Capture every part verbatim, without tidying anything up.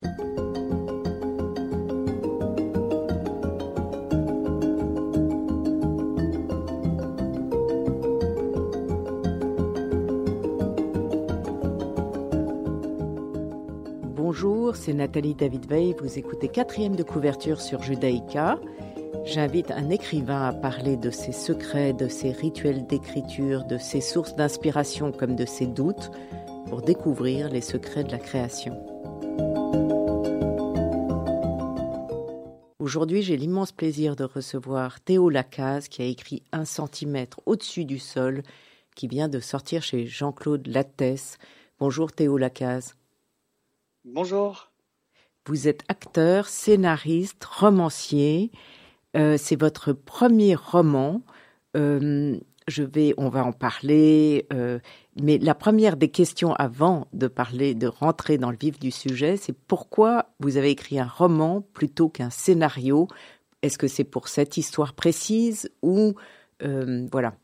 Bonjour, c'est Nathalie David-Veil, vous écoutez Quatrième de couverture sur Judaïka. J'invite un écrivain à parler de ses secrets, de ses rituels d'écriture, de ses sources d'inspiration comme de ses doutes, pour découvrir les secrets de la création. Aujourd'hui, j'ai l'immense plaisir de recevoir Théo Lacaze qui a écrit Un centimètre au-dessus du sol, qui vient de sortir chez Jean-Claude Lattès. Bonjour Théo Lacaze. Bonjour. Vous êtes acteur, scénariste, romancier. Euh, c'est votre premier roman. Euh, je vais, on va en parler. Euh, mais la première des questions avant de parler, de rentrer dans le vif du sujet, c'est pourquoi vous avez écrit un roman plutôt qu'un scénario. Est-ce que c'est pour cette histoire précise ou euh, voilà.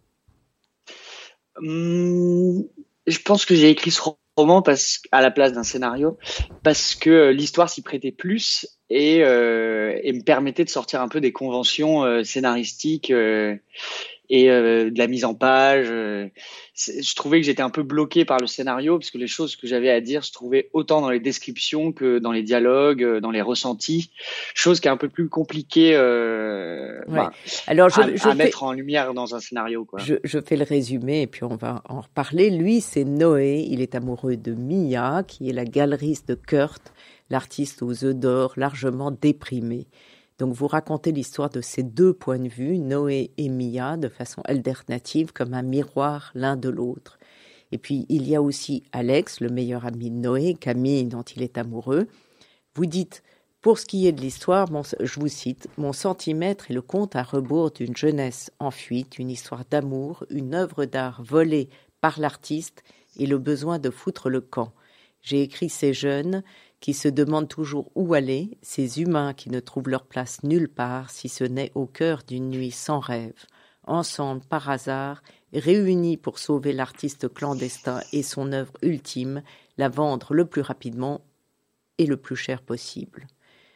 Hum, je pense que j'ai écrit ce roman parce, à la place d'un scénario parce que l'histoire s'y prêtait plus et, euh, et me permettait de sortir un peu des conventions euh, scénaristiques euh, et euh, de la mise en page. Euh, je trouvais que j'étais un peu bloqué par le scénario parce que les choses que j'avais à dire se trouvaient autant dans les descriptions que dans les dialogues, dans les ressentis, chose qui est un peu plus compliquée euh, Ouais. bah, Alors je, à, je à fais, mettre en lumière dans un scénario, quoi. Je, je fais le résumé et puis on va en reparler. Lui, c'est Noé. Il est amoureux de Mia, qui est la galeriste de Kurt, l'artiste aux œufs d'or, largement déprimé. Donc vous racontez l'histoire de ces deux points de vue, Noé et Mia, de façon alternative, comme un miroir l'un de l'autre. Et puis il y a aussi Alex, le meilleur ami de Noé, Camille, dont il est amoureux. Vous dites, pour ce qui est de l'histoire, mon, je vous cite, « Mon centimètre est le conte à rebours d'une jeunesse en fuite, une histoire d'amour, une œuvre d'art volée par l'artiste et le besoin de foutre le camp. J'ai écrit ces jeunes qui se demandent toujours où aller, ces humains qui ne trouvent leur place nulle part, si ce n'est au cœur d'une nuit sans rêve. Ensemble, par hasard, réunis pour sauver l'artiste clandestin et son œuvre ultime, la vendre le plus rapidement et le plus cher possible. »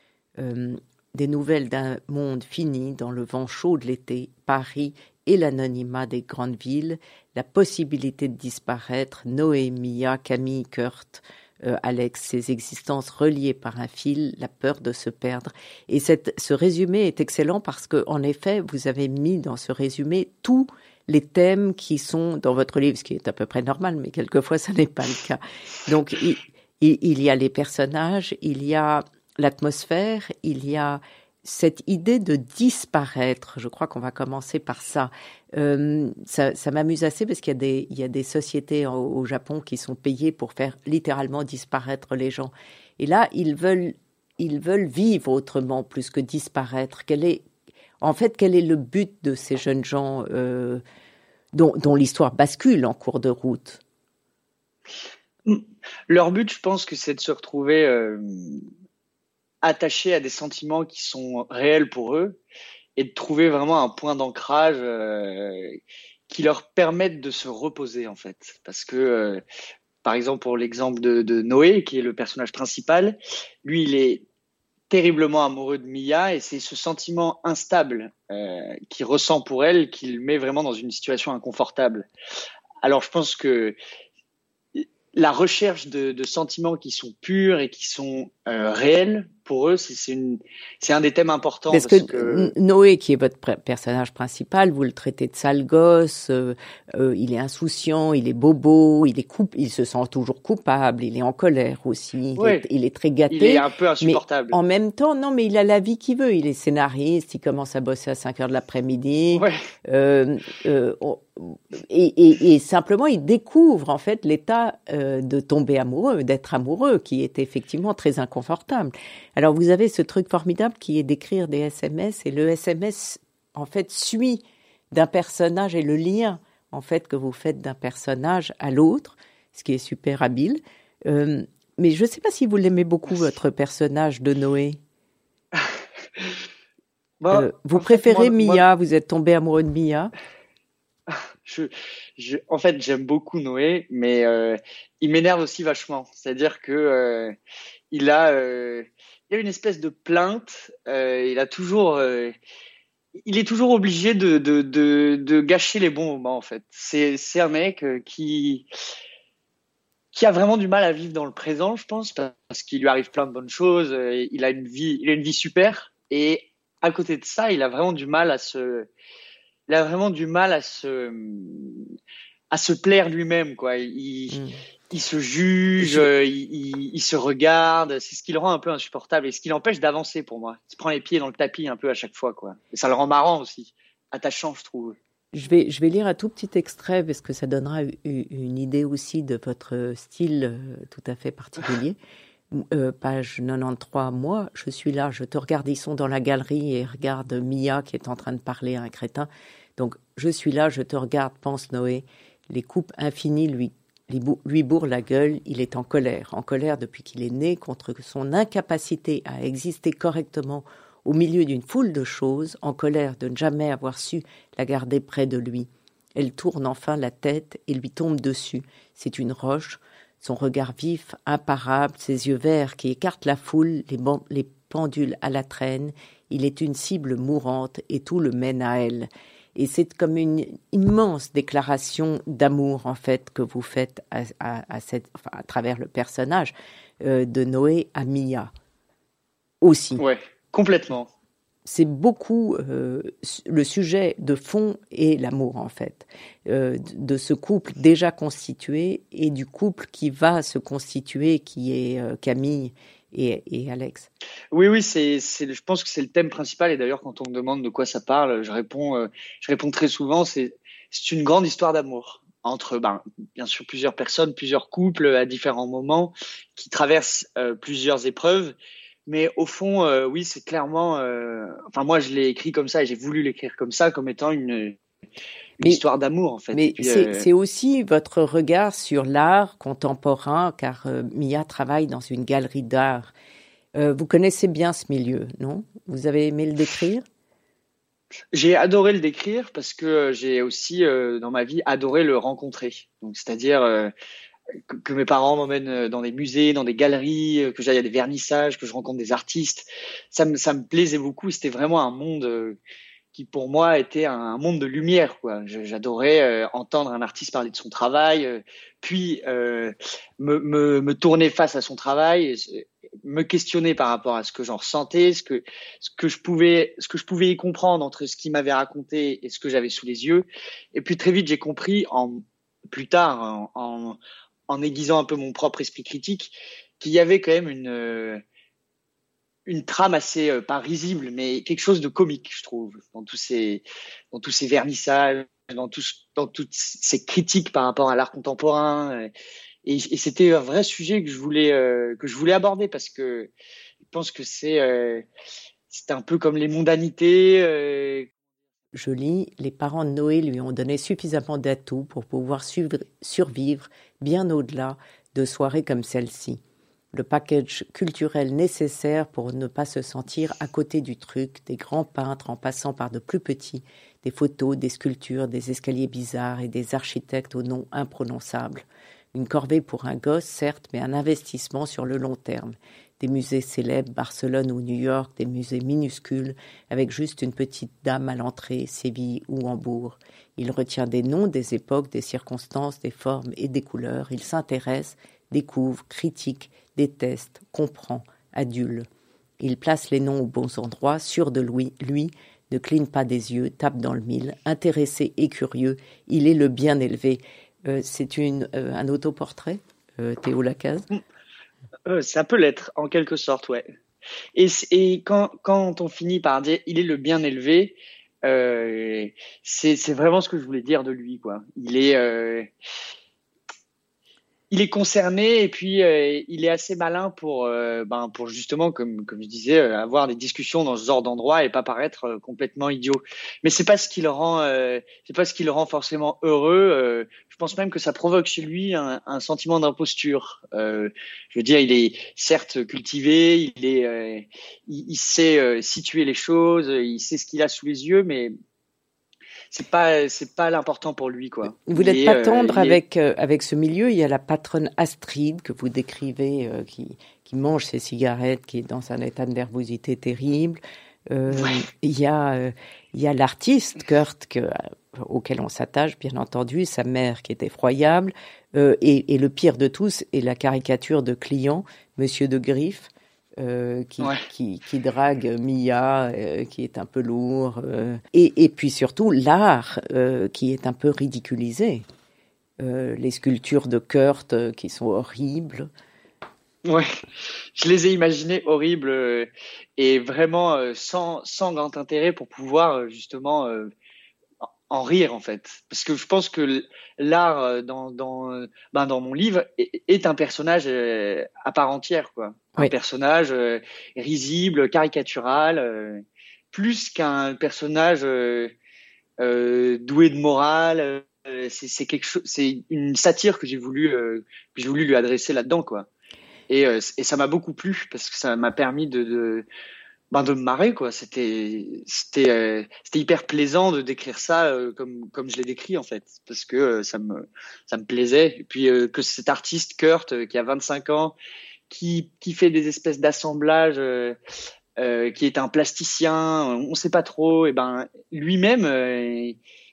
Euh, des nouvelles d'un monde fini dans le vent chaud de l'été, Paris et l'anonymat des grandes villes, la possibilité de disparaître, Noé, Mia, Camille, Kurt, euh, Alex, ces existences reliées par un fil, la peur de se perdre. Et cette, ce résumé est excellent parce que, en effet, vous avez mis dans ce résumé tous les thèmes qui sont dans votre livre, ce qui est à peu près normal, mais quelquefois ça n'est pas le cas. Donc, il, il, il y a les personnages, il y a l'atmosphère, il y a cette idée de disparaître. Je crois qu'on va commencer par ça. Euh, ça, ça m'amuse assez parce qu'il y a des, il y a des sociétés au, au Japon qui sont payées pour faire littéralement disparaître les gens. Et là, ils veulent, ils veulent vivre autrement plus que disparaître. Quel est, en fait, quel est le but de ces jeunes gens euh, dont, dont l'histoire bascule en cours de route? Leur but, je pense que c'est de se retrouver euh, attachés à des sentiments qui sont réels pour eux et de trouver vraiment un point d'ancrage euh, qui leur permette de se reposer, en fait. Parce que, euh, par exemple, pour l'exemple de, de Noé, qui est le personnage principal, lui, il est terriblement amoureux de Mia et c'est ce sentiment instable euh, qu'il ressent pour elle qui le met vraiment dans une situation inconfortable. Alors, je pense que la recherche de, de sentiments qui sont purs et qui sont euh, réels, pour eux, c'est, c'est, une, c'est un des thèmes importants. Parce, parce que, que Noé, qui est votre pr- personnage principal, vous le traitez de sale gosse, euh, euh, il est insouciant, il est bobo, il est coup, il se sent toujours coupable, il est en colère aussi, il, ouais, est, il est très gâté. Il est un peu insupportable. Mais en même temps, non, mais il a la vie qu'il veut. Il est scénariste, il commence à bosser à cinq heures de l'après-midi. Ouais. Euh, euh, et, et, et simplement, il découvre en fait l'état euh, de tomber amoureux, d'être amoureux, qui est effectivement très inconfortable. Alors, vous avez ce truc formidable qui est d'écrire des S M S, et le S M S, en fait, suit d'un personnage et le lien, en fait, que vous faites d'un personnage à l'autre, ce qui est super habile. Euh, mais je ne sais pas si vous l'aimez beaucoup, votre personnage de Noé. Bon, euh, vous préférez fait, moi, Mia, moi, vous êtes tombé amoureux de Mia. Je, je, en fait, j'aime beaucoup Noé, mais euh, il m'énerve aussi vachement. C'est-à-dire que euh, il a, euh, il a une espèce de plainte. Euh, il a toujours, euh, il est toujours obligé de, de, de, de gâcher les bons moments en fait. C'est, c'est un mec euh, qui, qui a vraiment du mal à vivre dans le présent, je pense, parce qu'il lui arrive plein de bonnes choses. euh, Il a une vie, il a une vie super, et à côté de ça, il a vraiment du mal à se, il a vraiment du mal à se, à se plaire lui-même, quoi. Il, Mm. il se juge, Je, euh, il, il, il se regarde. C'est ce qui le rend un peu insupportable et ce qui l'empêche d'avancer pour moi. Il se prend les pieds dans le tapis un peu à chaque fois, quoi. Et ça le rend marrant aussi, attachant, je trouve. je vais, je vais lire un tout petit extrait parce que ça donnera u- une idée aussi de votre style euh, tout à fait particulier. Euh, page quatre-vingt-treize, moi, je suis là, je te regarde, ils sont dans la galerie et regarde Mia qui est en train de parler à un crétin. Donc, je suis là, je te regarde, pense Noé. Les coupes infinies lui, lui bourrent la gueule, il est en colère. En colère depuis qu'il est né contre son incapacité à exister correctement au milieu d'une foule de choses, en colère de ne jamais avoir su la garder près de lui. Elle tourne enfin la tête et lui tombe dessus. C'est une roche. Son regard vif, imparable, ses yeux verts qui écartent la foule, les, ban- les pendules à la traîne, il est une cible mourante et tout le mène à elle. Et c'est comme une immense déclaration d'amour, en fait, que vous faites à, à, à, cette, enfin, à travers le personnage euh, de Noé à Mia aussi. Ouais, complètement. C'est beaucoup euh, le sujet de fond et l'amour, en fait, euh, de ce couple déjà constitué et du couple qui va se constituer, qui est euh, Camille et, et Alex. Oui, oui, c'est, c'est, je pense que c'est le thème principal. Et d'ailleurs, quand on me demande de quoi ça parle, je réponds, euh, je réponds très souvent, c'est, c'est une grande histoire d'amour entre, ben, bien sûr, plusieurs personnes, plusieurs couples à différents moments qui traversent euh, plusieurs épreuves. Mais au fond, euh, oui, c'est clairement. Euh, enfin, moi, je l'ai écrit comme ça et j'ai voulu l'écrire comme ça, comme étant une, une Mais, histoire d'amour, en fait. Et mais puis, c'est, euh, c'est aussi votre regard sur l'art contemporain, car euh, Mia travaille dans une galerie d'art. Euh, vous connaissez bien ce milieu, non? Vous avez aimé le décrire? j'ai adoré le décrire parce que j'ai aussi, euh, dans ma vie, adoré le rencontrer. Donc, c'est-à-dire euh, que, que mes parents m'emmènent dans des musées, dans des galeries, euh, que j'aille à des vernissages, que je rencontre des artistes. Ça me, ça me plaisait beaucoup. C'était vraiment un monde euh, qui pour moi était un monde de lumière, quoi. J'adorais euh, entendre un artiste parler de son travail, euh, puis euh, me, me, me tourner face à son travail, et, me questionner par rapport à ce que j'en ressentais, ce que ce que je pouvais ce que je pouvais y comprendre entre ce qu'il m'avait raconté et ce que j'avais sous les yeux. Et puis très vite j'ai compris en plus tard en, en, en aiguisant un peu mon propre esprit critique qu'il y avait quand même une euh, une trame assez euh, pas risible, mais quelque chose de comique, je trouve, dans tous ces, dans tous ces vernissages, dans, tous, dans toutes ces critiques par rapport à l'art contemporain. Et, et c'était un vrai sujet que je voulais, euh, que je voulais aborder parce que je pense que c'est, euh, c'est un peu comme les mondanités. Euh... Je lis, les parents de Noé lui ont donné suffisamment d'atouts pour pouvoir suivre, survivre bien au-delà de soirées comme celle-ci. Le package culturel nécessaire pour ne pas se sentir à côté du truc, des grands peintres en passant par de plus petits, des photos, des sculptures, des escaliers bizarres et des architectes aux noms imprononçables. Une corvée pour un gosse, certes, mais un investissement sur le long terme. Des musées célèbres, Barcelone ou New York, des musées minuscules, avec juste une petite dame à l'entrée, Séville ou Hambourg. Il retient des noms, des époques, des circonstances, des formes et des couleurs. Il s'intéresse, découvre, critique, déteste, comprend, adule. Il place les noms aux bons endroits, sûr de lui, lui, ne cligne pas des yeux, tape dans le mille, intéressé et curieux, il est le bien élevé. Euh, c'est une, euh, un autoportrait, euh, Théo Lacaze? Euh, ça peut l'être, en quelque sorte, ouais. Et, et quand, quand on finit par dire il est le bien élevé, euh, c'est, c'est vraiment ce que je voulais dire de lui, quoi. Il est, euh, il est concerné et puis euh, il est assez malin pour, euh, ben, pour justement, comme, comme je disais, euh, avoir des discussions dans ce genre d'endroit et pas paraître euh, complètement idiot. Mais c'est pas ce qui le rend, euh, c'est pas ce qui le rend forcément heureux. Euh, je pense même que ça provoque chez lui un, un sentiment d'imposture. Euh, je veux dire, il est certes cultivé, il est, euh, il, il sait euh, situer les choses, il sait ce qu'il a sous les yeux, mais c'est pas c'est pas l'important pour lui, quoi. Vous Il n'êtes est, pas euh, tendre il est- avec, euh, avec ce milieu. Il y a la patronne Astrid que vous décrivez, euh, qui, qui mange ses cigarettes, qui est dans un état de nervosité terrible. Euh, Ouais. il y a, euh, il y a l'artiste Kurt que, euh, auquel on s'attache, bien entendu, sa mère qui est effroyable. Euh, et, et le pire de tous est la caricature de client, Monsieur de Griffe, euh, qui, Ouais. qui, qui drague Mia, euh, qui est un peu lourd. Euh, et, et puis surtout l'art euh, qui est un peu ridiculisé. Euh, les sculptures de Kurt euh, qui sont horribles. Ouais, je les ai imaginées horribles euh, et vraiment euh, sans, sans grand intérêt pour pouvoir euh, justement euh, en rire en fait. Parce que je pense que l- l'art euh, dans, dans, euh, ben, dans mon livre est, est un personnage euh, à part entière, quoi. Un Oui. personnage euh, risible, caricatural, euh, plus qu'un personnage euh, euh, doué de morale. euh, c'est c'est quelque chose, c'est une satire que j'ai voulu euh, que j'ai voulu lui adresser là-dedans, quoi. Et, euh, et ça m'a beaucoup plu parce que ça m'a permis de, de, ben de me marrer, quoi. C'était, c'était, euh, c'était hyper plaisant de décrire ça euh, comme, comme je l'ai décrit, en fait, parce que euh, ça me, ça me plaisait. Et puis euh, que cet artiste Kurt, euh, qui a vingt-cinq ans, qui, qui fait des espèces d'assemblages, euh, euh, qui est un plasticien, on sait pas trop. Et ben lui-même, euh,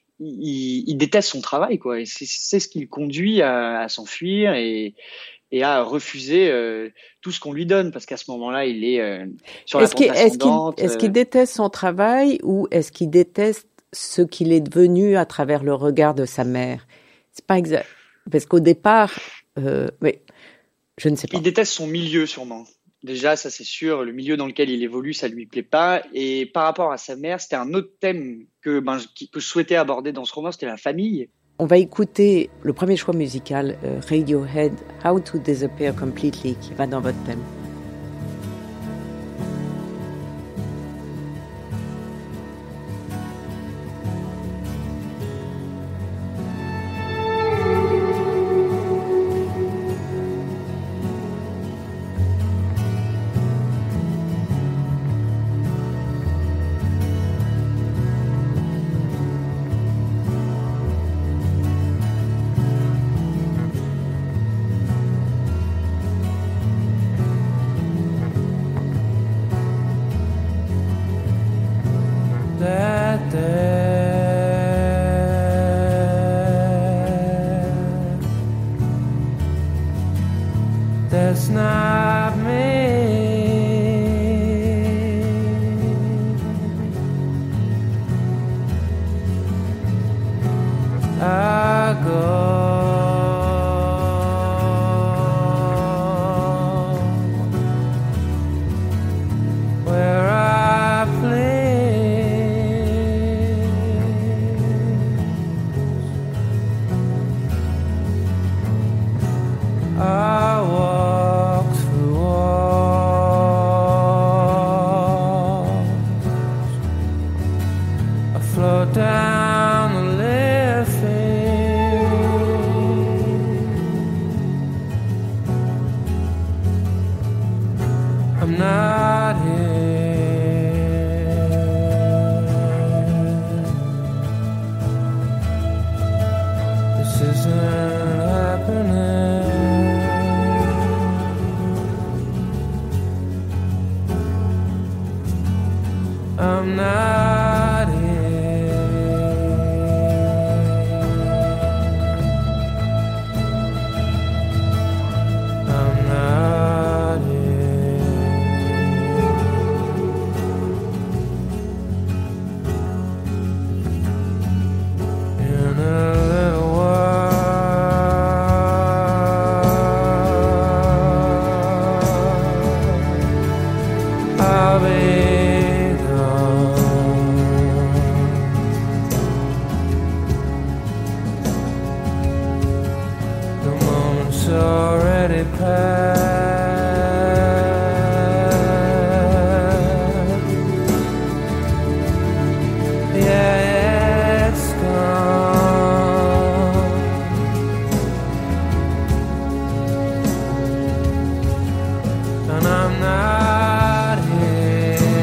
il, il déteste son travail, quoi. Et c'est, c'est ce qui le conduit à, à s'enfuir et et à refuser euh, tout ce qu'on lui donne parce qu'à ce moment-là, il est euh, sur la Est-ce qu'il, pente est-ce qu'il, ascendante. est-ce qu'il euh. déteste son travail ou est-ce qu'il déteste ce qu'il est devenu à travers le regard de sa mère? C'est pas exact. Parce qu'au départ, euh, mais je ne sais pas. Il déteste son milieu sûrement. Déjà, ça c'est sûr, le milieu dans lequel il évolue, ça lui plaît pas. Et par rapport à sa mère, c'était un autre thème que, ben, je- que je souhaitais aborder dans ce roman, c'était la famille. On va écouter le premier choix musical, euh, Radiohead, How to Disappear Completely, qui va dans votre thème. That there, that's not me. I go where I please. I walk through walls. I float down the living. I'm not here. This isn't happening. I'm not here. I'm not here. In a little while, I'll be the moment's already passed. Yeah, it's gone. And I'm not here.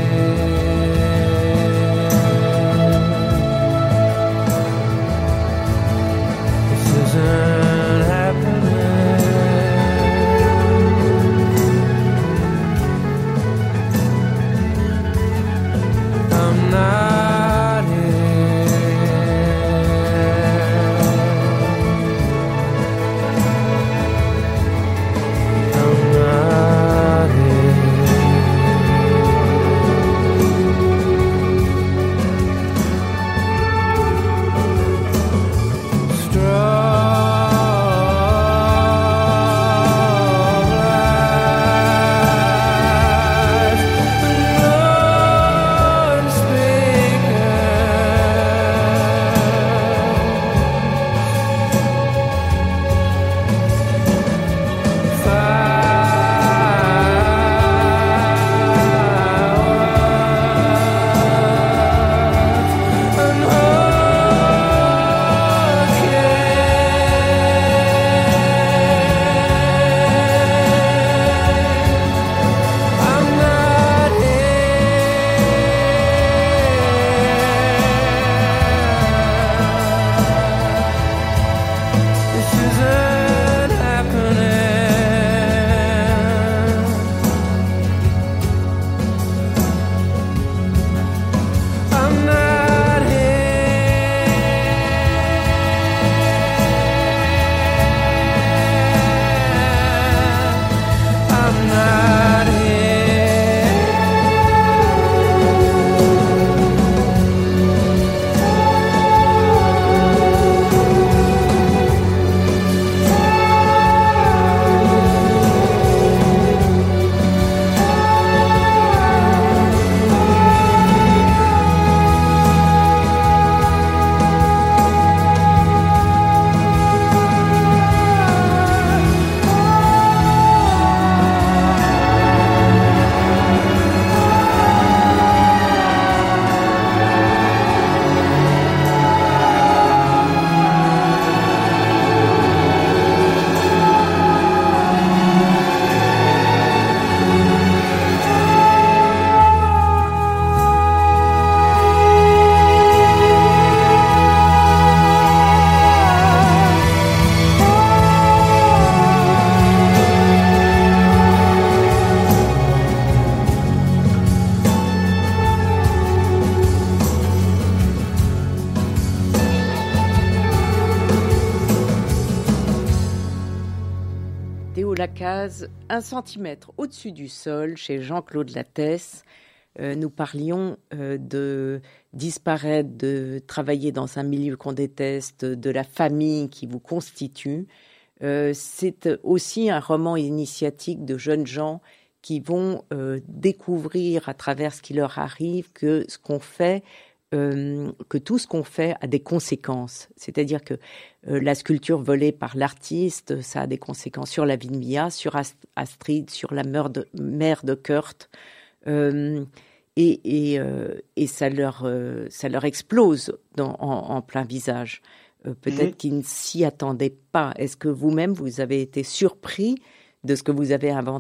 case un centimètre au-dessus du sol chez Jean-Claude Lattès. Euh, nous parlions euh, de disparaître, de travailler dans un milieu qu'on déteste, de la famille qui vous constitue. Euh, c'est aussi un roman initiatique de jeunes gens qui vont euh, découvrir à travers ce qui leur arrive que ce qu'on fait, euh, que tout ce qu'on fait a des conséquences. C'est-à-dire que euh, la sculpture volée par l'artiste, ça a des conséquences sur la vie de Mia, sur Ast- Astrid, sur la mère de, mère de Kurt. Euh, et, et, euh, et ça, leur, euh, ça leur explose dans, en, en plein visage. Euh, peut-être mmh. qu'ils ne s'y attendaient pas. Est-ce que vous-même, vous avez été surpris de ce que vous avez inventé ?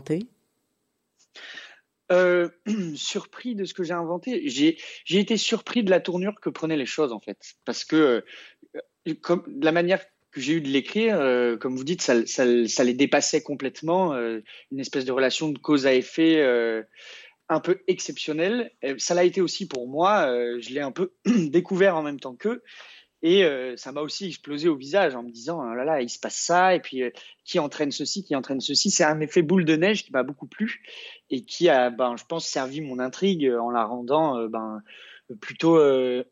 euh, Surpris de ce que j'ai inventé. J'ai, j'ai été surpris de la tournure que prenaient les choses, en fait. Parce que euh, comme, la manière que j'ai eu de l'écrire, euh, comme vous dites, ça, ça, ça les dépassait complètement. Euh, une espèce de relation de cause à effet euh, un peu exceptionnelle. Euh, ça l'a été aussi pour moi. Euh, je l'ai un peu découvert en même temps qu'eux. Et euh, ça m'a aussi explosé au visage en me disant oh là là, il se passe ça, et puis euh, qui entraîne ceci, qui entraîne ceci. C'est un effet boule de neige qui m'a beaucoup plu et qui a, ben, je pense, servi mon intrigue en la rendant euh, ben, plutôt, euh,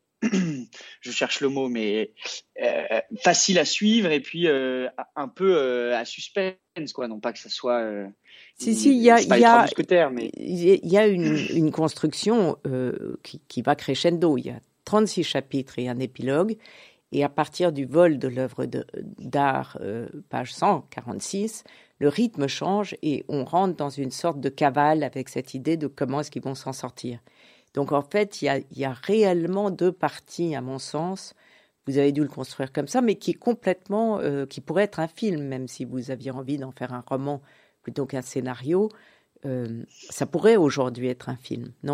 je cherche le mot, mais euh, facile à suivre et puis euh, un peu euh, à suspense, quoi. Non pas que ça soit. Euh, si, si, il y a, il y a, mais... y a une, une construction euh, qui, qui va crescendo. Il y a trente-six chapitres et un épilogue, et à partir du vol de l'œuvre de, d'art, euh, page cent quarante-six, le rythme change et on rentre dans une sorte de cavale avec cette idée de comment est-ce qu'ils vont s'en sortir. Donc en fait, il y a, y a réellement deux parties, à mon sens. Vous avez dû le construire comme ça, mais qui est complètement, euh, qui pourrait être un film, même si vous aviez envie d'en faire un roman plutôt qu'un scénario. Euh, ça pourrait aujourd'hui être un film, non ?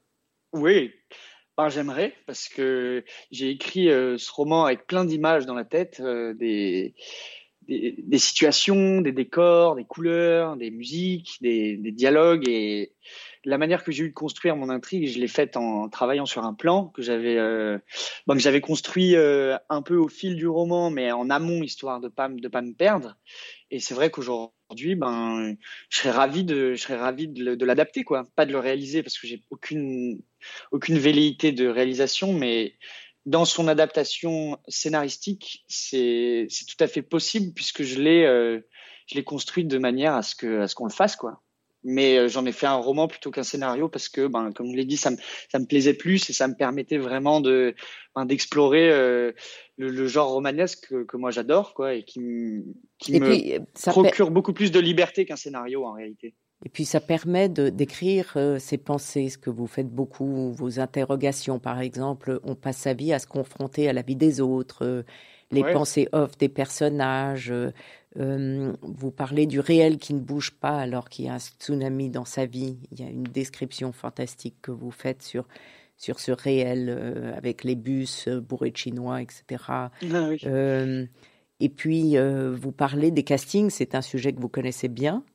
Oui. Ben, j'aimerais, parce que j'ai écrit euh, ce roman avec plein d'images dans la tête, euh, des, des, des situations, des décors, des couleurs, des musiques, des, des dialogues. Et la manière que j'ai eu de construire mon intrigue, je l'ai faite en travaillant sur un plan que j'avais, euh, ben, que j'avais construit euh, un peu au fil du roman, mais en amont, histoire de pas, de pas me perdre. Et c'est vrai qu'aujourd'hui, ben, je serais ravi de, je serais ravi de, le, de l'adapter, quoi. Pas de le réaliser parce que j'ai aucune, aucune velléité de réalisation, mais dans son adaptation scénaristique, c'est, c'est tout à fait possible puisque je l'ai, euh, je l'ai construite de manière à ce que, à ce qu'on le fasse, quoi. Mais euh, j'en ai fait un roman plutôt qu'un scénario parce que, ben, comme je l'ai dit, ça me, ça me plaisait plus et ça me permettait vraiment de, ben, d'explorer euh, le, le genre romanesque que, que moi j'adore, quoi, et qui, m- qui Et me puis, ça procure beaucoup plus de liberté qu'un scénario en réalité. Et puis ça permet de, d'écrire euh, ses pensées, ce que vous faites beaucoup, vos interrogations par exemple. On passe sa vie à se confronter à la vie des autres, euh, les Ouais. pensées off des personnages. Euh, euh, vous parlez du réel qui ne bouge pas alors qu'il y a un tsunami dans sa vie. Il y a une description fantastique que vous faites sur, sur ce réel euh, avec les bus euh, bourrés de Chinois, et cetera. Ah oui. Euh, et puis euh, vous parlez des castings, c'est un sujet que vous connaissez bien.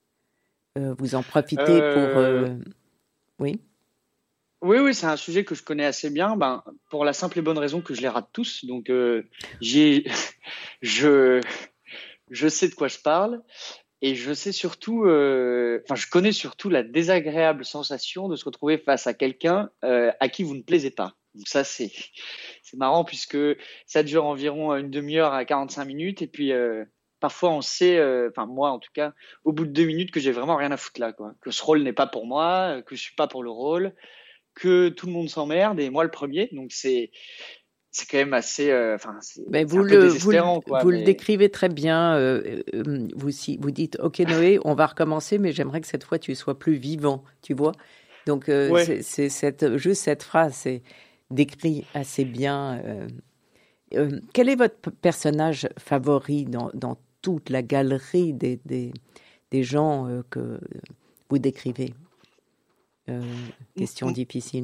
Euh, vous en profitez Euh, pour... euh, Oui. Oui, oui, c'est un sujet que je connais assez bien, ben, pour la simple et bonne raison que je les rate tous. Donc, euh, j'ai, je, je sais de quoi je parle et je sais surtout, euh, enfin, je connais surtout la désagréable sensation de se retrouver face à quelqu'un euh, à qui vous ne plaisez pas. Donc ça, c'est, c'est marrant puisque ça dure environ une demi-heure à quarante-cinq minutes et puis euh, parfois on sait, euh, enfin moi en tout cas, au bout de deux minutes que j'ai vraiment rien à foutre là, quoi, que ce rôle n'est pas pour moi, que je suis pas pour le rôle, que tout le monde s'emmerde et moi le premier. Donc c'est c'est quand même assez, enfin euh, c'est, Ben c'est vous un peu le, désespérant, vous, quoi. vous Mais... le décrivez très bien. Euh, euh, vous, si, vous dites, ok Noé, on va recommencer, mais j'aimerais que cette fois tu sois plus vivant, tu vois. Donc euh, ouais. c'est, c'est cette, juste cette phrase, c'est décrit assez bien. Euh, euh, quel est votre personnage favori dans, dans toute la galerie des, des, des gens euh, que vous décrivez? euh, Question difficile.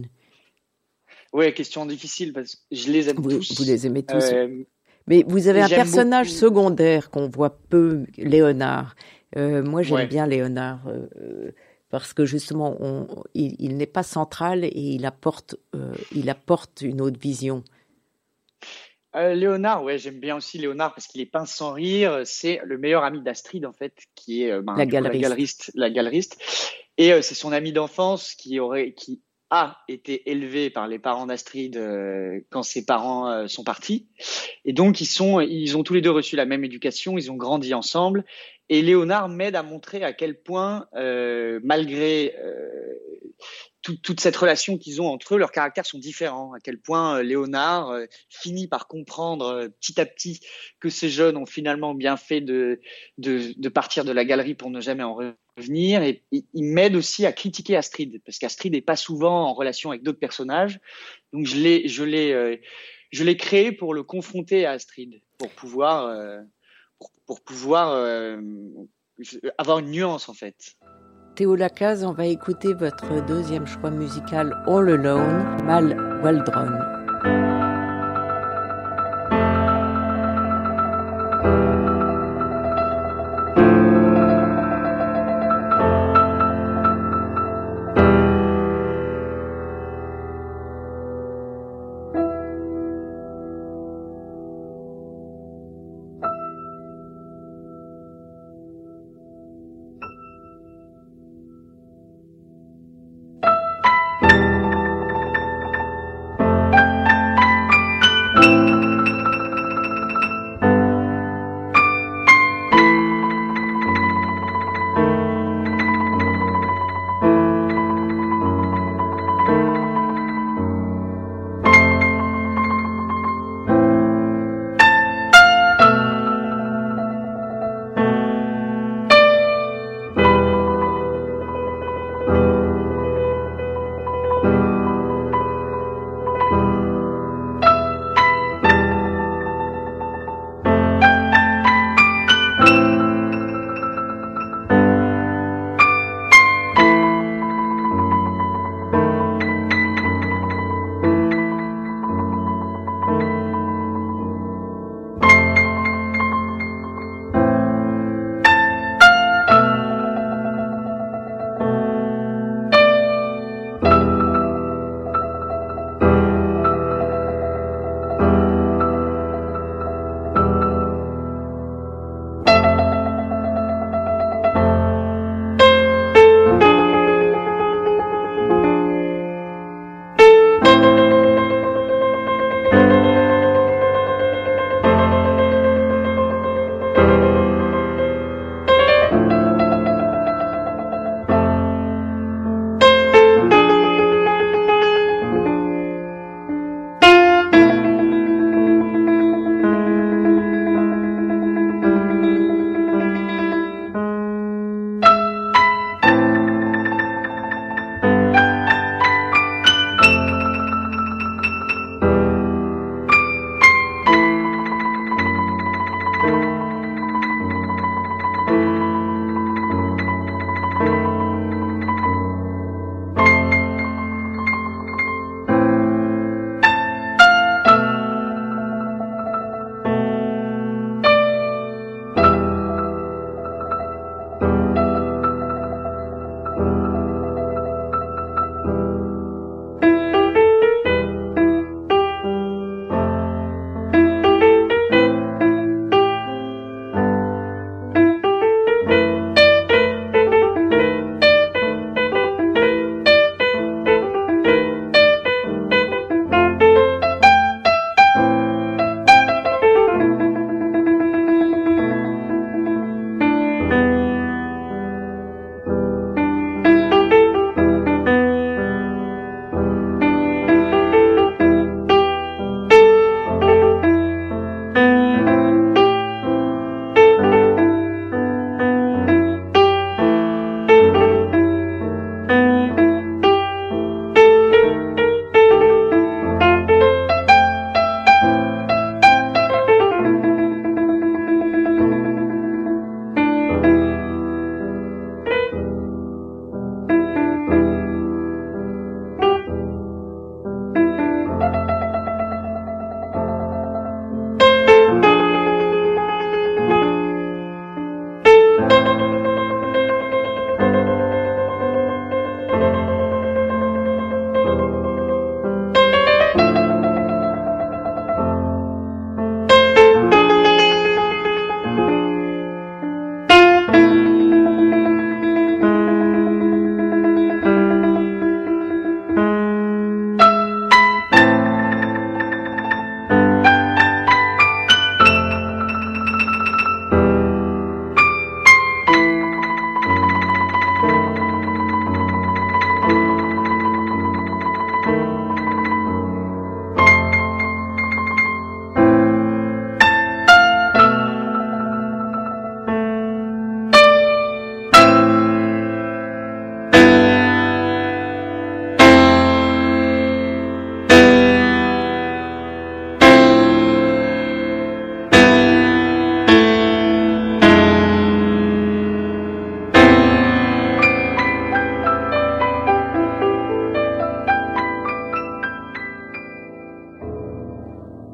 Ouais, question difficile parce que je les aime vous, tous. Vous les aimez tous. Euh, Mais vous avez un j'aime personnage beaucoup... secondaire qu'on voit peu, Léonard. Euh, moi, j'aime ouais. bien Léonard euh, parce que justement, on, il, il n'est pas central et il apporte, euh, il apporte une autre vision. Euh, Léonard, ouais, j'aime bien aussi Léonard parce qu'il est pince sans rire. C'est le meilleur ami d'Astrid en fait, qui est euh, ben, La du coup, la galeriste. galeriste, la galeriste. Et euh, c'est son ami d'enfance qui aurait, qui a été élevé par les parents d'Astrid euh, quand ses parents euh, sont partis. Et donc ils sont, ils ont tous les deux reçu la même éducation, ils ont grandi ensemble. Et Léonard m'aide à montrer à quel point, euh, malgré euh, tout, toute cette relation qu'ils ont entre eux, leurs caractères sont différents. À quel point euh, Léonard euh, finit par comprendre euh, petit à petit que ces jeunes ont finalement bien fait de, de, de partir de la galerie pour ne jamais en revenir. Et il, il m'aide aussi à critiquer Astrid, parce qu'Astrid n'est pas souvent en relation avec d'autres personnages. Donc je l'ai, je l'ai, euh, je l'ai créé pour le confronter à Astrid, pour pouvoir, euh, pour, pour pouvoir euh, avoir une nuance en fait. Théo Lacaze, on va écouter votre deuxième choix musical All Alone, Mal Waldron.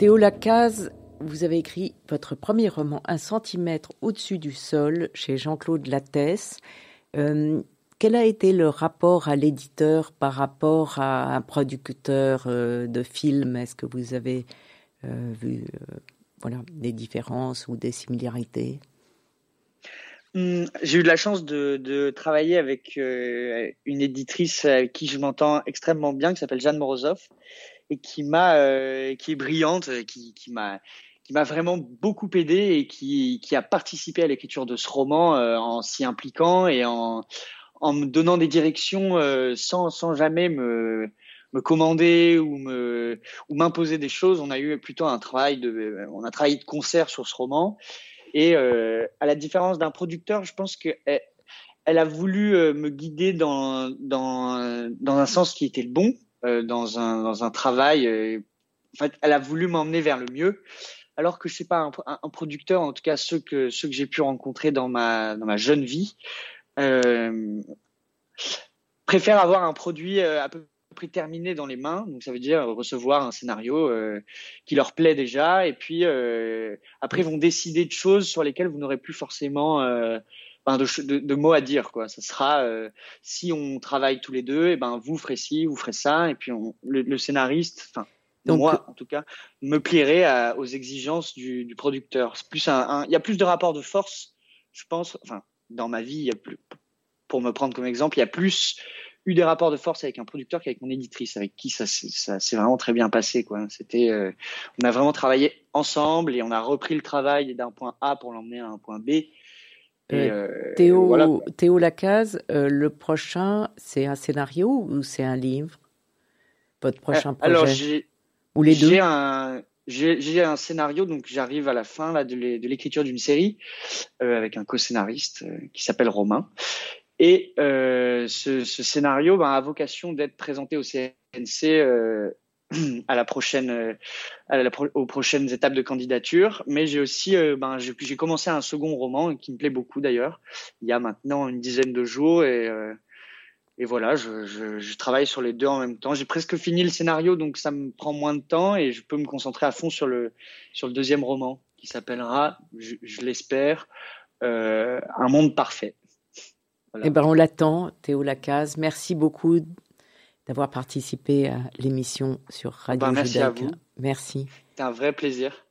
Théo Lacaze, vous avez écrit votre premier roman, Un centimètre au-dessus du sol, chez Jean-Claude Lattès. Euh, quel a été le rapport à l'éditeur par rapport à un producteur euh, de films? Est-ce que vous avez euh, vu euh, voilà, des différences ou des similarités? Hum, J'ai eu de la chance de, de travailler avec euh, une éditrice avec qui je m'entends extrêmement bien, qui s'appelle Jeanne Morozov, et qui m'a, euh, qui est brillante, qui, qui m'a, qui m'a vraiment beaucoup aidé et qui, qui a participé à l'écriture de ce roman euh, en s'y impliquant et en, en me donnant des directions euh, sans, sans jamais me, me commander ou me, ou m'imposer des choses. On a eu plutôt un travail de, on a travaillé de concert sur ce roman. Et euh, à la différence d'un producteur, je pense qu'elle elle a voulu euh, me guider dans, dans, dans un sens qui était le bon, euh, dans, un, dans un travail. Euh, en fait, elle a voulu m'emmener vers le mieux, alors que c'est pas un, un, un producteur, en tout cas ceux que, ceux que j'ai pu rencontrer dans ma, dans ma jeune vie, euh, préfèrent avoir un produit euh, à peu près terminé dans les mains, donc ça veut dire recevoir un scénario euh, qui leur plaît déjà, et puis euh, après vont décider de choses sur lesquelles vous n'aurez plus forcément euh, ben de, de, de mots à dire, quoi. Ça sera euh, si on travaille tous les deux, et ben vous ferez ci, vous ferez ça, et puis on, le, le scénariste, enfin moi en tout cas, me plierai à, aux exigences du, du producteur. C'est plus un, un, il y a plus de rapports de force, je pense. Enfin, dans ma vie, il y a plus, pour me prendre comme exemple, il y a plus eu des rapports de force avec un producteur qu'avec mon éditrice, avec qui ça, ça s'est vraiment très bien passé, quoi. C'était, euh, on a vraiment travaillé ensemble et on a repris le travail d'un point A pour l'emmener à un point B. Et, euh, Théo, voilà. Théo Lacaze, euh, le prochain, c'est un scénario ou c'est un livre? Votre prochain projet? Alors, j'ai, ou les deux? J'ai un, j'ai, j'ai un scénario, donc j'arrive à la fin là de, l'é, de l'écriture d'une série euh, avec un co-scénariste euh, qui s'appelle Romain. Et euh, ce, ce scénario ben, a vocation d'être présenté au C N C euh, à la prochaine, à la, aux prochaines étapes de candidature. Mais j'ai aussi, euh, ben, j'ai, j'ai commencé un second roman qui me plaît beaucoup d'ailleurs. Il y a maintenant une dizaine de jours et, euh, et voilà, je, je, je travaille sur les deux en même temps. J'ai presque fini le scénario, donc ça me prend moins de temps et je peux me concentrer à fond sur le sur le deuxième roman qui s'appellera, je, je l'espère, euh, Un monde parfait. Voilà. Eh ben, on l'attend, Théo Lacaze. Merci beaucoup d'avoir participé à l'émission sur Radio ben, merci Judaïka. À vous. Merci. C'était un vrai plaisir.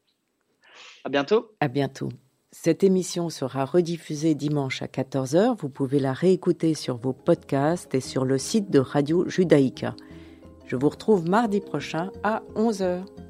À bientôt. À bientôt. Cette émission sera rediffusée dimanche à quatorze heures. Vous pouvez la réécouter sur vos podcasts et sur le site de Radio Judaïka. Je vous retrouve mardi prochain à onze heures.